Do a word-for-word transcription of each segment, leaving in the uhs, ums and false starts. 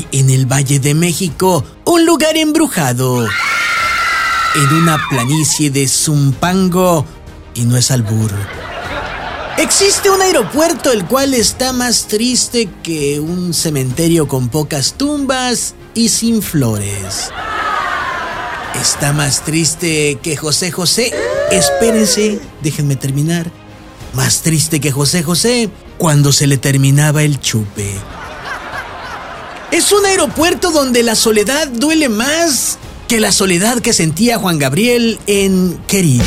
en el Valle de México, un lugar embrujado, en una planicie de Zumpango, y no es albur. Existe un aeropuerto el cual está más triste que un cementerio con pocas tumbas y sin flores. Está más triste que José José. Espérense, déjenme terminar. Más triste que José José cuando se le terminaba el chupe. Es un aeropuerto donde la soledad duele más que la soledad que sentía Juan Gabriel en Querida.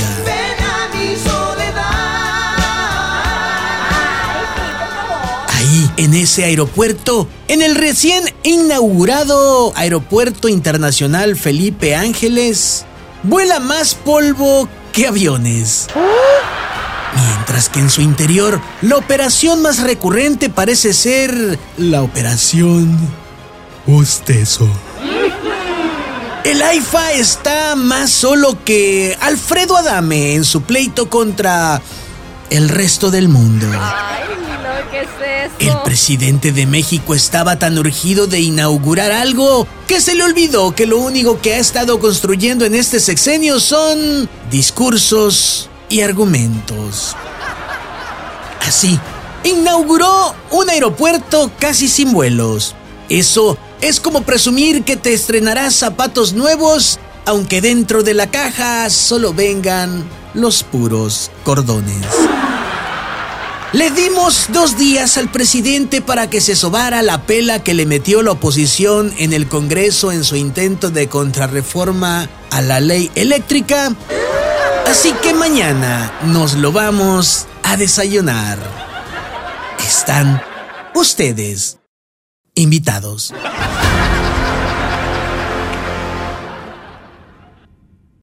Ahí, en ese aeropuerto, en el recién inaugurado Aeropuerto Internacional Felipe Ángeles, vuela más polvo que aviones. Mientras que en su interior, la operación más recurrente parece ser la operación Bostezo. El AIFA está más solo que Alfredo Adame en su pleito contra el resto del mundo. Ay, no, ¿qué es eso? El presidente de México estaba tan urgido de inaugurar algo que se le olvidó que lo único que ha estado construyendo en este sexenio son discursos y argumentos. Así, inauguró un aeropuerto casi sin vuelos. Eso es como presumir que te estrenarás zapatos nuevos, aunque dentro de la caja solo vengan los puros cordones. Le dimos dos días al presidente para que se sobara la pela que le metió la oposición en el Congreso en su intento de contrarreforma a la ley eléctrica. Así que mañana nos lo vamos a desayunar. Están ustedes invitados.